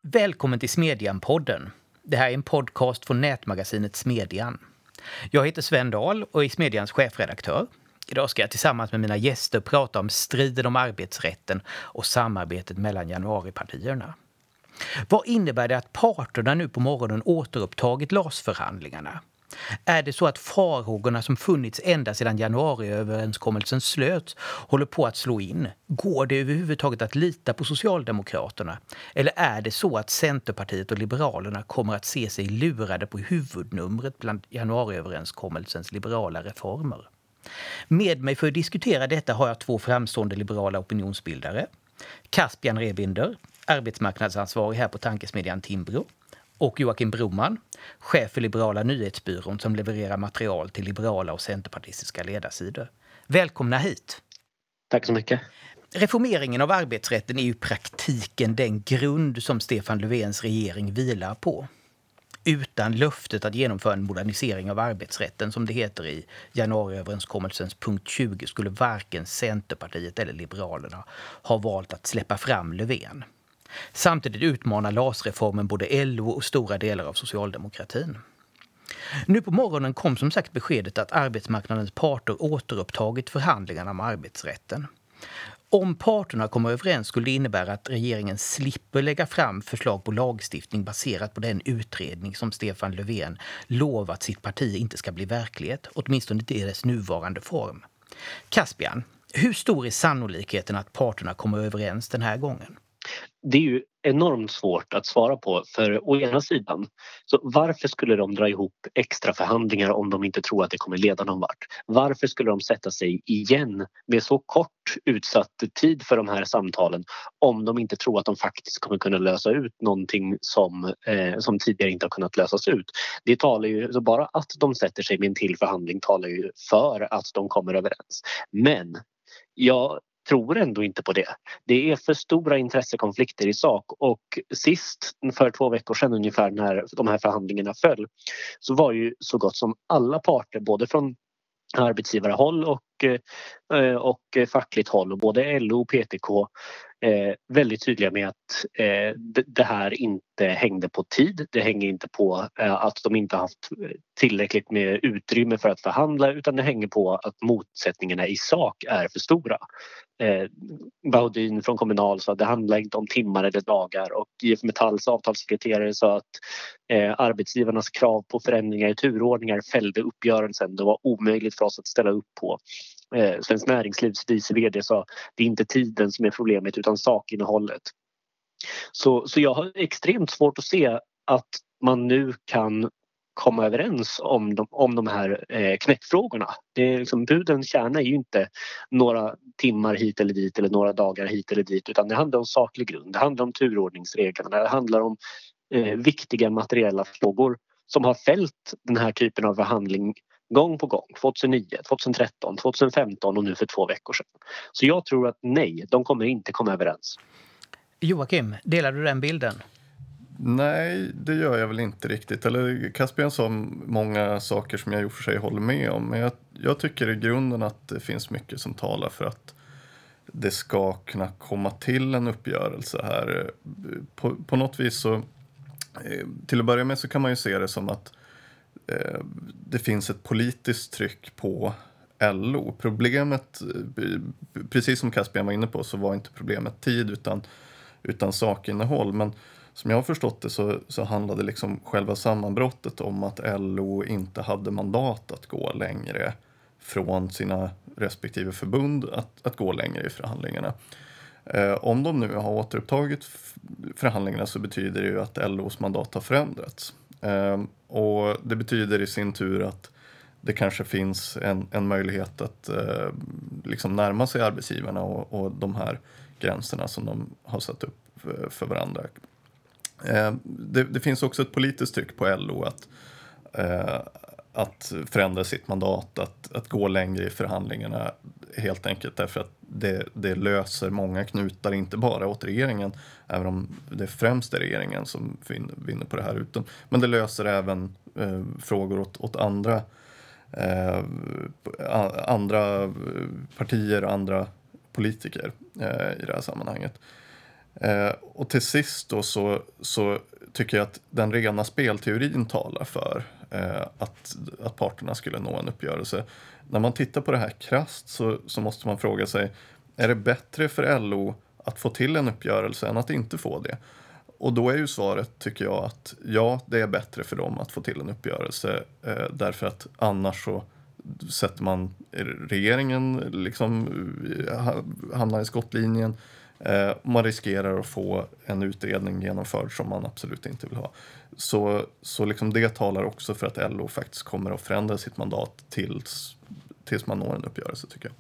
Välkommen till Smedjan-podden. Det här är en podcast från nätmagasinet Smedjan. Jag heter Sven Dahl och är Smedjans chefredaktör. Idag ska jag tillsammans med mina gäster prata om striden om arbetsrätten och samarbetet mellan januaripartierna. Vad innebär det att parterna nu på morgonen återupptagit LAS-förhandlingarna? Är det så att farhågorna som funnits ända sedan januariöverenskommelsen slöts håller på att slå in? Går det överhuvudtaget att lita på Socialdemokraterna? Eller är det så att Centerpartiet och Liberalerna kommer att se sig lurade på huvudnumret bland januariöverenskommelsens liberala reformer? Med mig för att diskutera detta har jag två framstående liberala opinionsbildare. Caspian Rebinder, arbetsmarknadsansvarig här på tankesmedjan Timbro. Och Joakim Broman, chef för Liberala nyhetsbyrån som levererar material till liberala och centerpartistiska ledarsidor. Välkomna hit! Tack så mycket. Reformeringen av arbetsrätten är ju i praktiken den grund som Stefan Löfvens regering vilar på. Utan löftet att genomföra en modernisering av arbetsrätten som det heter i januariöverenskommelsens punkt 20 skulle varken Centerpartiet eller Liberalerna ha valt att släppa fram Löfven. Samtidigt utmanar LAS-reformen både LO och stora delar av socialdemokratin. Nu på morgonen kom som sagt beskedet att arbetsmarknadens parter återupptagit förhandlingarna om arbetsrätten. Om parterna kommer överens skulle det innebära att regeringen slipper lägga fram förslag på lagstiftning baserat på den utredning som Stefan Löfven lovat sitt parti inte ska bli verklighet, åtminstone inte i dess nuvarande form. Caspian, hur stor är sannolikheten att parterna kommer överens den här gången? Det är ju enormt svårt att svara på, för å ena sidan, så varför skulle de dra ihop extra förhandlingar om de inte tror att det kommer leda någon vart? Varför skulle de sätta sig igen med så kort utsatt tid för de här samtalen om de inte tror att de faktiskt kommer kunna lösa ut någonting som tidigare inte har kunnat lösas ut? Det talar ju, så bara att de sätter sig med en till förhandling talar ju för att de kommer överens. Men jag tror ändå inte på det. Det är för stora intressekonflikter i sak, och sist för 2 veckor sedan ungefär när de här förhandlingarna föll så var ju så gott som alla parter, både från arbetsgivarhåll och fackligt håll, och både LO och PTK väldigt tydliga med att det här inte hängde på tid. Det hänger inte på att de inte haft tillräckligt med utrymme för att förhandla, utan det hänger på att motsättningarna i sak är för stora. Baudin från Kommunal sa att det handlar inte om timmar eller dagar, och IF Metalls avtalssekreterare sa att arbetsgivarnas krav på förändringar i turordningar fällde uppgörelsen. Det var omöjligt för oss att ställa upp på. Svensk Näringslivs vice vd sa det är inte tiden som är problemet utan sakinnehållet. Så jag har extremt svårt att se att man nu kan komma överens om de här knäckfrågorna. Det är liksom, budens kärna är ju inte några timmar hit eller dit eller några dagar hit eller dit, utan det handlar om saklig grund. Det handlar om turordningsreglerna. Det handlar om viktiga materiella frågor som har fällt den här typen av förhandling gång på gång. 2009, 2013, 2015 och nu för 2 veckor sedan. Så jag tror att nej, de kommer inte komma överens. Joakim, delar du den bilden? Nej, det gör jag väl inte riktigt. Eller Caspian sa många saker som jag i och för sig håller med om. Men jag tycker i grunden att det finns mycket som talar för att det ska kunna komma till en uppgörelse här. På något vis så, till att börja med så kan man ju se det som att det finns ett politiskt tryck på LO. Problemet, precis som Caspian var inne på, så var inte problemet tid utan sakinnehåll. Men som jag har förstått det så handlade liksom själva sammanbrottet om att LO inte hade mandat att gå längre från sina respektive förbund att gå längre i förhandlingarna. Om de nu har återupptagit förhandlingarna så betyder det ju att LOs mandat har förändrats. Och det betyder i sin tur att det kanske finns en möjlighet att liksom närma sig arbetsgivarna och de här gränserna som de har satt upp för varandra. Det finns också ett politiskt tryck på LO att förändra sitt mandat, att gå längre i förhandlingarna, helt enkelt därför att det löser många knutar, inte bara åt regeringen, även om det främst är regeringen som vinner på det här, men det löser även frågor åt andra partier och andra politiker i det här sammanhanget. Och till sist då så tycker jag att den rena spelteorin talar för att parterna skulle nå en uppgörelse. När man tittar på det här krasst så måste man fråga sig, är det bättre för LO att få till en uppgörelse än att inte få det? Och då är ju svaret, tycker jag, att ja, det är bättre för dem att få till en uppgörelse därför att annars så sätter man regeringen liksom hamnar i skottlinjen. Man riskerar att få en utredning genomförd som man absolut inte vill ha. Så liksom det talar också för att LO faktiskt kommer att förändra sitt mandat tills man når en uppgörelse, tycker jag.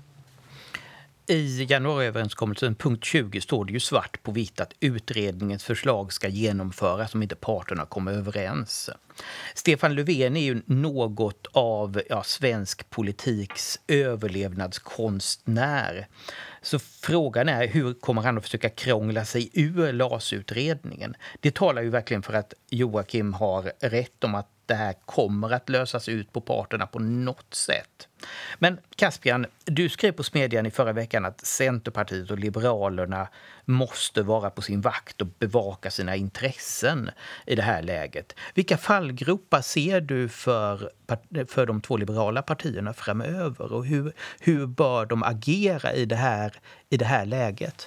I januariöverenskommelsen punkt 20 står det ju svart på vitt att utredningens förslag ska genomföras om inte parterna kommer överens. Stefan Löfven är ju något av svensk politiks överlevnadskonstnär. Så frågan är, hur kommer han att försöka krångla sig ur LAS-utredningen? Det talar ju verkligen för att Joakim har rätt om att det här kommer att lösas ut på parterna på något sätt. Men Caspian, du skrev på Smedjan i förra veckan att Centerpartiet och Liberalerna måste vara på sin vakt och bevaka sina intressen i det här läget. Vilka fallgropar ser du för de två liberala partierna framöver och hur bör de agera i det här läget?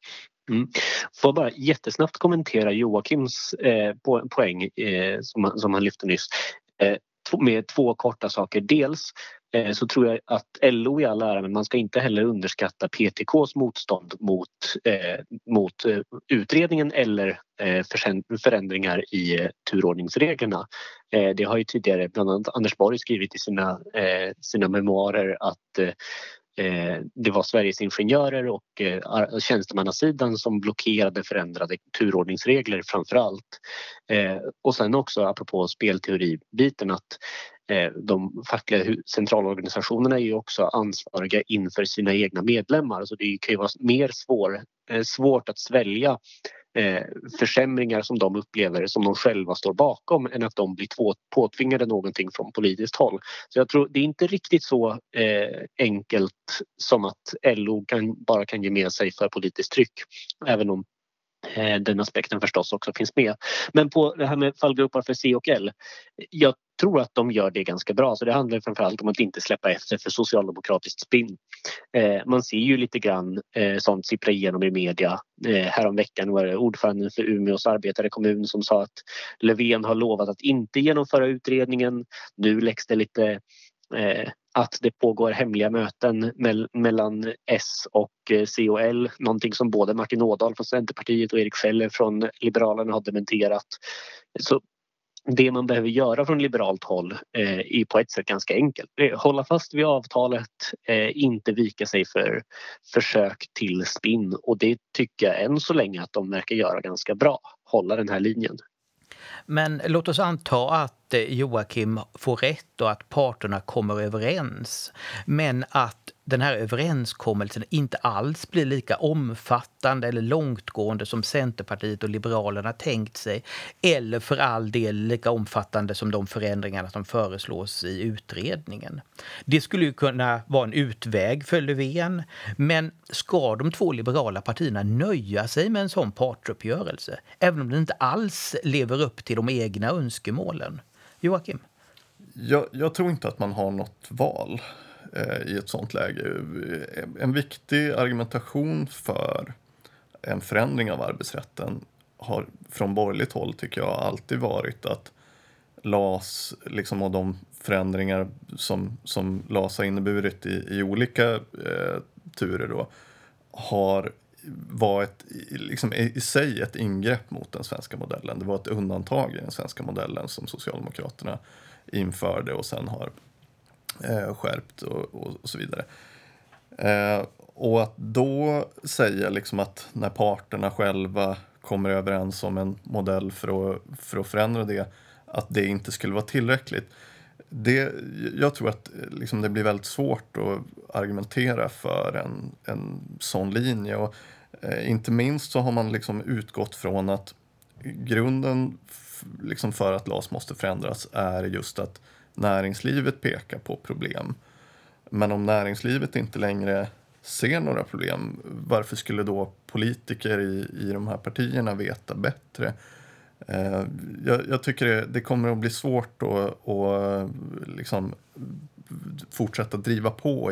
Får bara jättesnabbt kommentera Joakims poäng som han lyfte nyss med två korta saker. Dels så tror jag att LO i all ära, men man ska inte heller underskatta PTKs motstånd mot utredningen eller förändringar i turordningsreglerna. Det har ju tidigare bland annat Anders Borg skrivit i sina memoarer att det var Sveriges ingenjörer och tjänstemannasidan som blockerade förändrade turordningsregler framför allt. Och sen också apropå spelteoribiten att de fackliga centralorganisationerna är ju också ansvariga inför sina egna medlemmar. Så det kan ju vara mer svårt att svälja försämringar som de upplever som de själva står bakom än att de blir påtvingade någonting från politiskt håll. Så jag tror det är inte riktigt så enkelt som att LO bara kan ge med sig för politiskt tryck, även om den aspekten förstås också finns med. Men på det här med fallgrupper för C och L, jag tror att de gör det ganska bra. Så det handlar framförallt om att inte släppa efter för socialdemokratiskt spinn. Man ser ju lite grann sånt sippra igenom i media. Häromveckan var det ordföranden för Umeås arbetarekommun som sa att Löfven har lovat att inte genomföra utredningen. Nu läggs det lite att det pågår hemliga möten mellan S och C och L. Någonting som både Martin Ådahl från Centerpartiet och Erik Scheller från Liberalerna har dementerat. Så det man behöver göra från liberalt håll är på ett sätt ganska enkelt. Hålla fast vid avtalet, inte vika sig för försök till spinn. Och det tycker jag än så länge att de verkar göra ganska bra. Hålla den här linjen. Men låt oss anta att Joakim får rätt och att parterna kommer överens. Men att den här överenskommelsen inte alls blir lika omfattande eller långtgående som Centerpartiet och Liberalerna tänkt sig. Eller för all del lika omfattande som de förändringarna som föreslås i utredningen. Det skulle ju kunna vara en utväg för Löfven. Men ska de två liberala partierna nöja sig med en sån partsuppgörelse? Även om det inte alls lever upp till de egna önskemålen. Joakim? Jag tror inte att man har något val i ett sånt läge. En viktig argumentation för en förändring av arbetsrätten har från borgerligt håll, tycker jag, alltid varit att LAS liksom, och de förändringar som LAS har inneburit i olika turer då, var liksom, i sig ett ingrepp mot den svenska modellen. Det var ett undantag i den svenska modellen som Socialdemokraterna införde och sen har skärpt och så vidare. Och att då säga liksom att när parterna själva kommer överens om en modell för att förändra det, att det inte skulle vara tillräckligt. Jag tror att liksom det blir väldigt svårt att argumentera för en sån linje. Och inte minst så har man liksom utgått från att grunden liksom för att LAS måste förändras är just att näringslivet pekar på problem. Men om näringslivet inte längre ser några problem. Varför skulle då politiker i de här partierna veta bättre? Jag tycker det kommer att bli svårt att liksom fortsätta driva på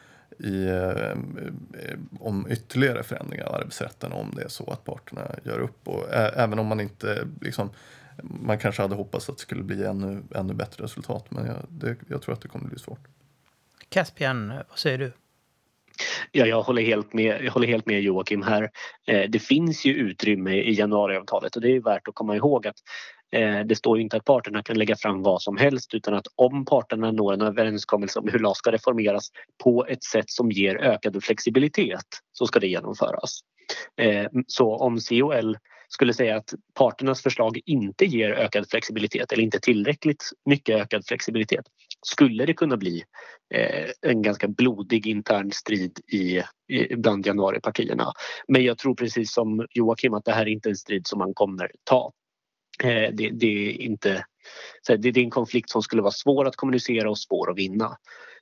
om ytterligare förändringar av arbetsrätten om det är så att parterna gör upp. Och även om man inte liksom, man kanske hade hoppats att det skulle bli ännu bättre resultat, men jag tror att det kommer att bli svårt. Caspian, vad säger du? Ja, jag håller helt med Joakim här. Det finns ju utrymme i januariavtalet och det är värt att komma ihåg att det står ju inte att parterna kan lägga fram vad som helst, utan att om parterna når en överenskommelse om hur LAS ska reformeras på ett sätt som ger ökad flexibilitet, så ska det genomföras. Så om COL skulle säga att parternas förslag inte ger ökad flexibilitet eller inte tillräckligt mycket ökad flexibilitet, skulle det kunna bli en ganska blodig intern strid bland januaripartierna. Men jag tror precis som Joakim att det här är inte en strid som man kommer ta. Det är inte, det är en konflikt som skulle vara svår att kommunicera och svår att vinna.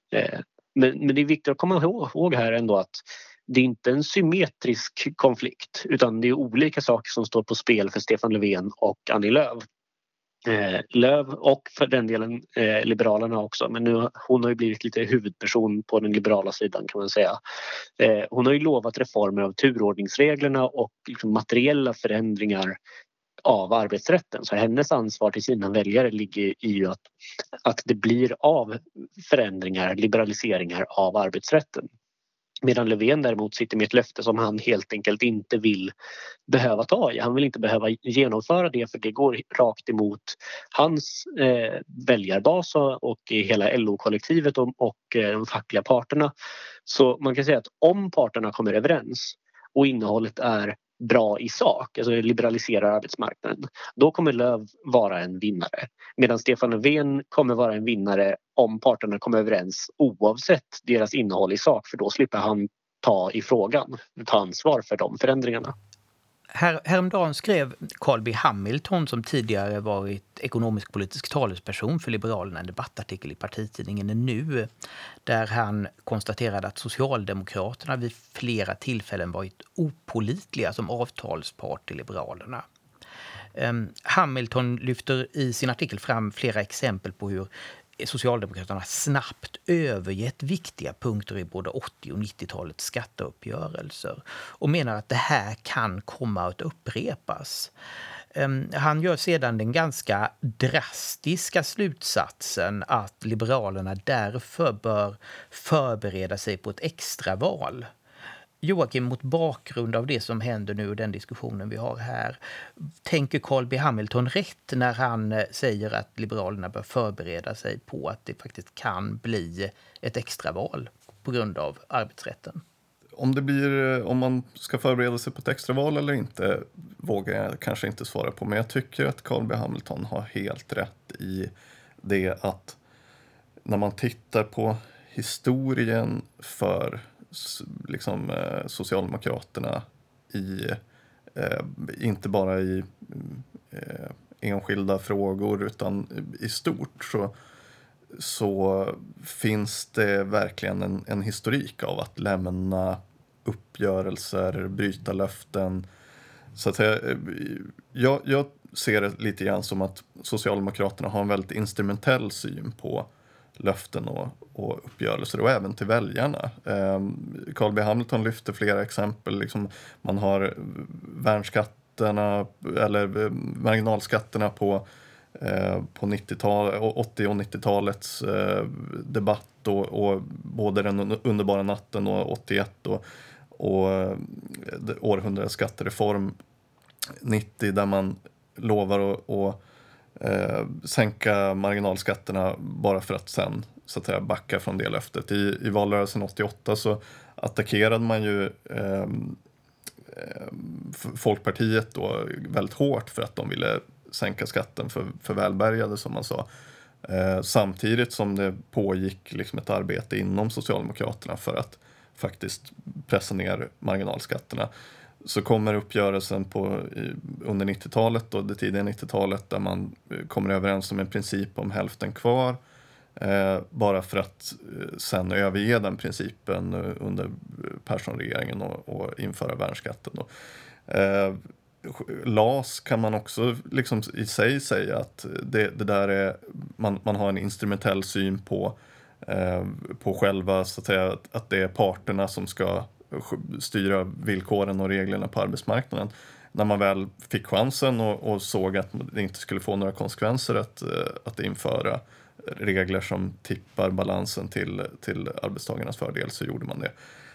Men det är viktigt att komma ihåg här ändå att det är inte en symmetrisk konflikt, utan det är olika saker som står på spel för Stefan Löfven och Annie Lööf. Lööf och för den delen Liberalerna också, men nu hon har ju blivit lite huvudperson på den liberala sidan kan man säga. Hon har ju lovat reformer av turordningsreglerna och liksom materiella förändringar av arbetsrätten, så hennes ansvar till sina väljare ligger i ju att det blir av förändringar, liberaliseringar av arbetsrätten. Medan Löfven däremot sitter med ett löfte som han helt enkelt inte vill behöva ta i. Han vill inte behöva genomföra det, för det går rakt emot hans väljarbas och hela LO-kollektivet och de fackliga parterna. Så man kan säga att om parterna kommer överens och innehållet är bra i sak, alltså liberaliserar arbetsmarknaden, då kommer Lööf vara en vinnare. Medan Stefan Löfven kommer vara en vinnare om parterna kommer överens oavsett deras innehåll i sak, för då slipper han ta ansvar för de förändringarna. Häromdagen skrev Carl B. Hamilton, som tidigare varit ekonomisk-politisk talesperson för Liberalerna, en debattartikel i partitidningen Nu, där han konstaterade att Socialdemokraterna vid flera tillfällen varit opålitliga som avtalspart till Liberalerna. Hamilton lyfter i sin artikel fram flera exempel på hur Socialdemokraterna snabbt övergett viktiga punkter i både 80- och 90-talets skatteuppgörelser och menar att det här kan komma att upprepas. Han gör sedan den ganska drastiska slutsatsen att Liberalerna därför bör förbereda sig på ett extraval. Joakim, mot bakgrund av det som händer nu och den diskussionen vi har här, tänker Carl B. Hamilton rätt när han säger att Liberalerna bör förbereda sig på att det faktiskt kan bli ett extraval på grund av arbetsrätten? Om man ska förbereda sig på ett extraval eller inte vågar jag kanske inte svara på, men jag tycker att Carl B. Hamilton har helt rätt i det att när man tittar på historien för liksom Socialdemokraterna inte bara i enskilda frågor utan i stort, så finns det verkligen en historik av att lämna uppgörelser, bryta löften. Så att jag ser det lite grann som att Socialdemokraterna har en väldigt instrumentell syn på löften och uppgörelser, och även till väljarna. Carl B. Hamilton lyfter flera exempel. Liksom man har värnskatterna eller marginalskatterna på 80- och 90-talets debatt och både den underbara natten och 81 och århundradets skattereform 90, där man lovar att sänka marginalskatterna bara för att sen så att säga backa från det löftet. I valrörelsen 88 så attackerade man ju Folkpartiet då väldigt hårt för att de ville sänka skatten för välbärgade, som man sa. Samtidigt som det pågick liksom ett arbete inom Socialdemokraterna för att faktiskt pressa ner marginalskatterna. Så kommer uppgörelsen under 90-talet och det tidiga 90-talet, där man kommer överens om en princip om hälften kvar, bara för att sen överge den principen under Persson-regeringen och införa värnskatten då. LAS kan man också liksom i sig säga att det där är, man har en instrumentell syn på själva, så att säga, att det är parterna som ska styra villkoren och reglerna på arbetsmarknaden. När man väl fick chansen och såg att det inte skulle få några konsekvenser att införa regler som tippar balansen till arbetstagarnas fördel, så gjorde man det.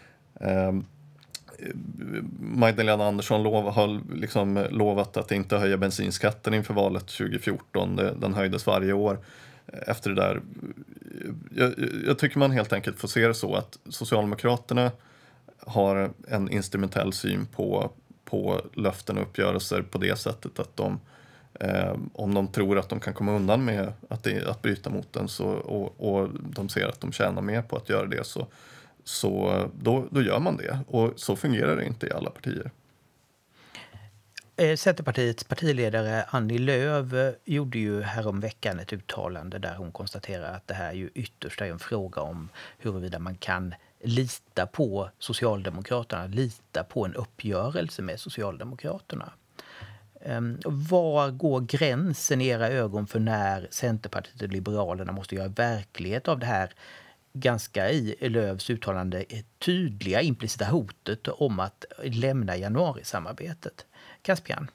Magdalena Andersson har liksom lovat att inte höja bensinskatten inför valet 2014. Den höjdes varje år efter det där. Jag tycker man helt enkelt får se det så att Socialdemokraterna har en instrumentell syn på löften och uppgörelser på det sättet att om de tror att de kan komma undan med att bryta mot den och de ser att de tjänar mer på att göra det, så då gör man det. Och så fungerar det inte i alla partier. Centerpartiets partiledare Annie Lööf gjorde ju häromveckan ett uttalande där hon konstaterar att det här ju ytterst är en fråga om huruvida man kan lita på Socialdemokraterna, lita på en uppgörelse med Socialdemokraterna. Var går gränsen i era ögon för när Centerpartiet och Liberalerna måste göra verklighet av det här ganska i Lööfs uttalande tydliga implicita hotet om att lämna januarisamarbetet? Caspian?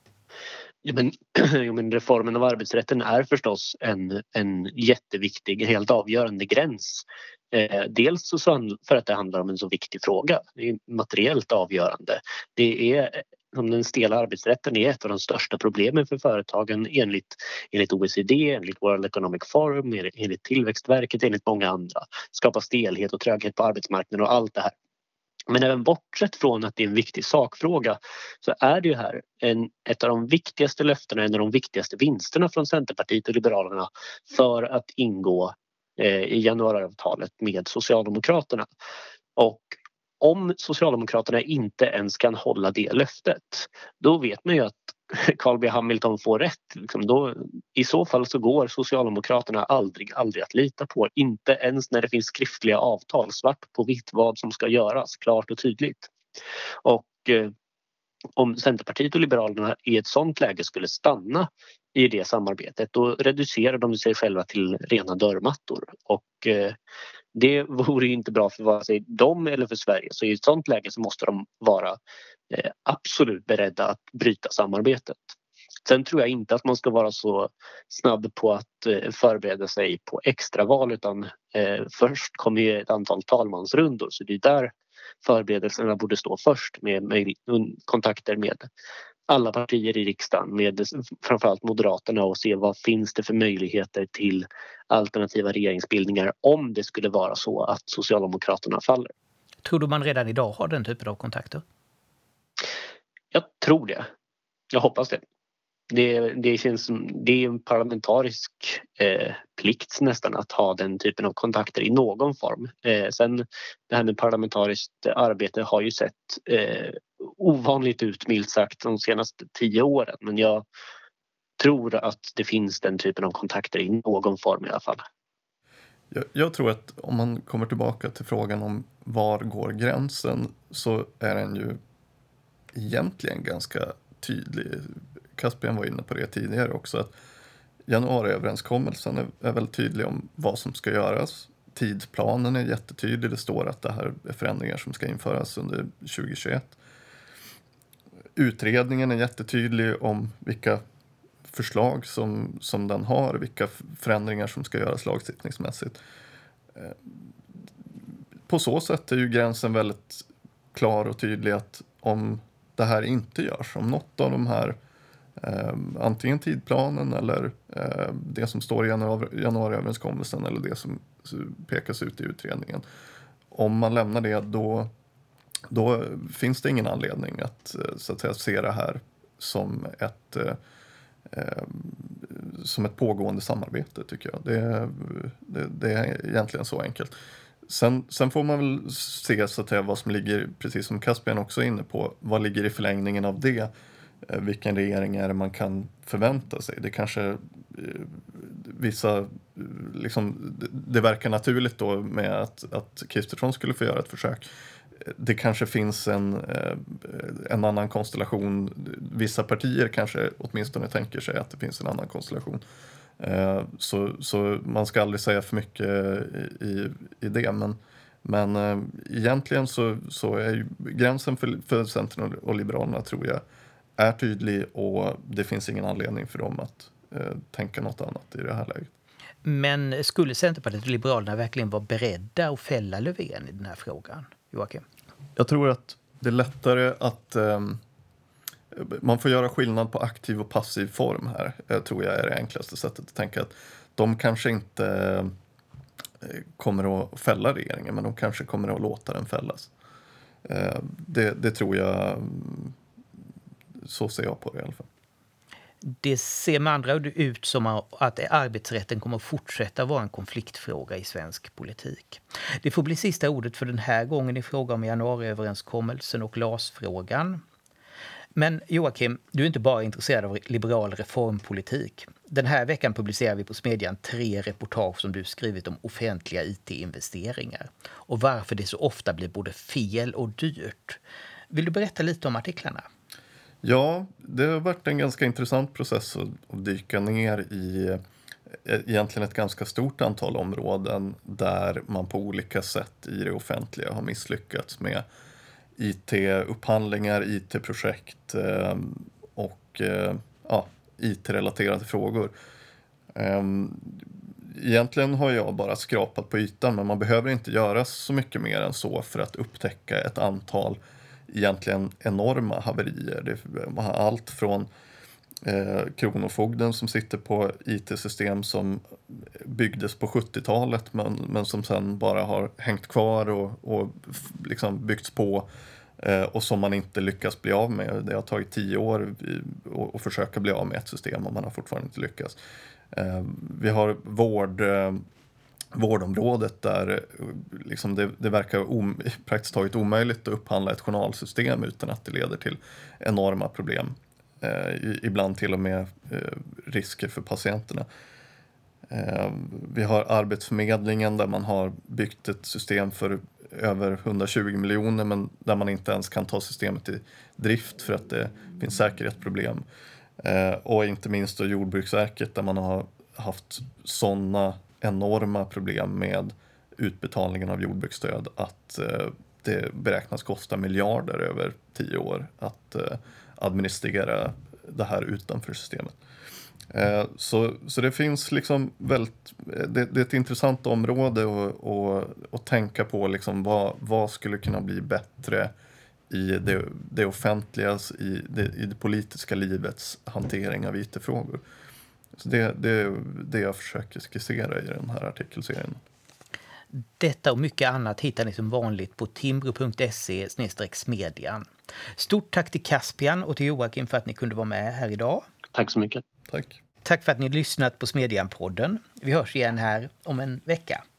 Jo, men reformen av arbetsrätten är förstås en jätteviktig, helt avgörande gräns. Dels för att det handlar om en så viktig fråga. Det är materiellt avgörande. Det är, som den stela arbetsrätten är ett av de största problemen för företagen enligt OECD, enligt World Economic Forum, enligt Tillväxtverket, enligt många andra. Skapar stelhet och tröghet på arbetsmarknaden och allt det här. Men även bortsett från att det är en viktig sakfråga, så är det ju här ett av de viktigaste löftena, en av de viktigaste vinsterna från Centerpartiet och Liberalerna för att ingå i januariavtalet med Socialdemokraterna. Och om Socialdemokraterna inte ens kan hålla det löftet, då vet man ju att Carl B. Hamilton får rätt. I så fall så går Socialdemokraterna aldrig att lita på. Inte ens när det finns skriftliga avtal, svart på vitt, vad som ska göras, klart och tydligt. Och om Centerpartiet och Liberalerna i ett sådant läge skulle stanna i det samarbetet, då reducerar de sig själva till rena dörrmattor. Och det vore inte bra för vare sig dem eller för Sverige. Så i ett sådant läge så måste de vara absolut beredda att bryta samarbetet. Sen tror jag inte att man ska vara så snabb på att förbereda sig på extraval, utan först kommer ju ett antal talmansrundor, så det är där förberedelserna borde stå först, med kontakter med alla partier i riksdagen, med framförallt Moderaterna, och se vad finns det för möjligheter till alternativa regeringsbildningar om det skulle vara så att Socialdemokraterna faller. Tror du man redan idag har den typen av kontakter? Jag tror det. Jag hoppas det. Det känns som, det är en parlamentarisk plikt nästan att ha den typen av kontakter i någon form. Sen det här med parlamentariskt arbete har ju sett ovanligt ut, milt sagt, de senaste 10 åren. Men jag tror att det finns den typen av kontakter i någon form i alla fall. Jag tror att om man kommer tillbaka till frågan om var går gränsen, så är den ju egentligen ganska tydlig. Caspian var inne på det tidigare också, att januariöverenskommelsen är väldigt tydlig om vad som ska göras. Tidsplanen är jättetydlig. Det står att det här är förändringar som ska införas under 2021. Utredningen är jättetydlig om vilka förslag som den har, vilka förändringar som ska göras lagstiftningsmässigt. På så sätt är ju gränsen väldigt klar och tydlig, att om det här inte görs, om något av de här antingen tidplanen eller det som står i januariöverenskommelsen eller det som pekas ut i utredningen, om man lämnar det, då finns det ingen anledning att, så att säga, se det här som ett pågående samarbete, tycker jag. Det är egentligen så enkelt. Sen får man väl se, så att säga, vad som ligger, precis som Caspian också är inne på, vad ligger i förlängningen av det? Vilken regering är det man kan förvänta sig? Det kanske vissa, liksom, det verkar naturligt då med att Kristersson skulle få göra ett försök. det kanske finns en annan konstellation. Vissa partier kanske åtminstone tänker sig att det finns en annan konstellation. Så man ska aldrig säga för mycket i det. Men egentligen så är ju gränsen för Centern och Liberalerna, tror jag, är tydlig, och det finns ingen anledning för dem att tänka något annat i det här läget. Men skulle Centerpartiet och Liberalerna verkligen vara beredda att fälla Löfven i den här frågan, Joakim? Jag tror att det är lättare att man får göra skillnad på aktiv och passiv form här. Jag tror jag är det enklaste sättet att tänka, att de kanske inte kommer att fälla regeringen, men de kanske kommer att låta den fällas. Det tror jag, så ser jag på det i alla fall. Det ser med andra ord ut som att arbetsrätten kommer att fortsätta vara en konfliktfråga i svensk politik. Det får bli sista ordet för den här gången i fråga om januariöverenskommelsen och LAS-frågan. Men Joakim, du är inte bara intresserad av liberal reformpolitik. Den här veckan publicerar vi på Smedjan 3 reportage som du skrivit om offentliga IT-investeringar och varför det så ofta blir både fel och dyrt. Vill du berätta lite om artiklarna? Ja, det har varit en ganska intressant process att dyka ner i egentligen ett ganska stort antal områden där man på olika sätt i det offentliga har misslyckats med IT-upphandlingar, IT-projekt och IT-relaterade frågor. Egentligen har jag bara skrapat på ytan, men man behöver inte göra så mycket mer än så för att upptäcka ett antal egentligen enorma haverier. Det har allt från Kronofogden som sitter på IT-system som byggdes på 70-talet men som sen bara har hängt kvar och liksom byggts på och som man inte lyckas bli av med. Det har tagit 10 år att försöka bli av med ett system och man har fortfarande inte lyckats. Vi har vårdområdet där liksom det verkar praktiskt taget omöjligt att upphandla ett journalsystem utan att det leder till enorma problem. Ibland till och med risker för patienterna. Vi har Arbetsförmedlingen där man har byggt ett system för över 120 miljoner men där man inte ens kan ta systemet i drift för att det finns säkerhetsproblem. Och inte minst då Jordbruksverket där man har haft sådana enorma problem med utbetalningen av jordbruksstöd att det beräknas kosta miljarder över 10 år att administrera det här utanför systemet. Så det finns liksom det är ett intressant område att tänka på liksom vad skulle kunna bli bättre i det offentligas, i det politiska livets hantering av IT-frågor. Så det är det jag försöker skissera i den här artikelserien. Detta och mycket annat hittar ni som vanligt på timbro.se/smedjan. Stort tack till Caspian och till Joakim för att ni kunde vara med här idag. Tack så mycket. Tack. Tack för att ni lyssnat på Smedjan-podden. Vi hörs igen här om en vecka.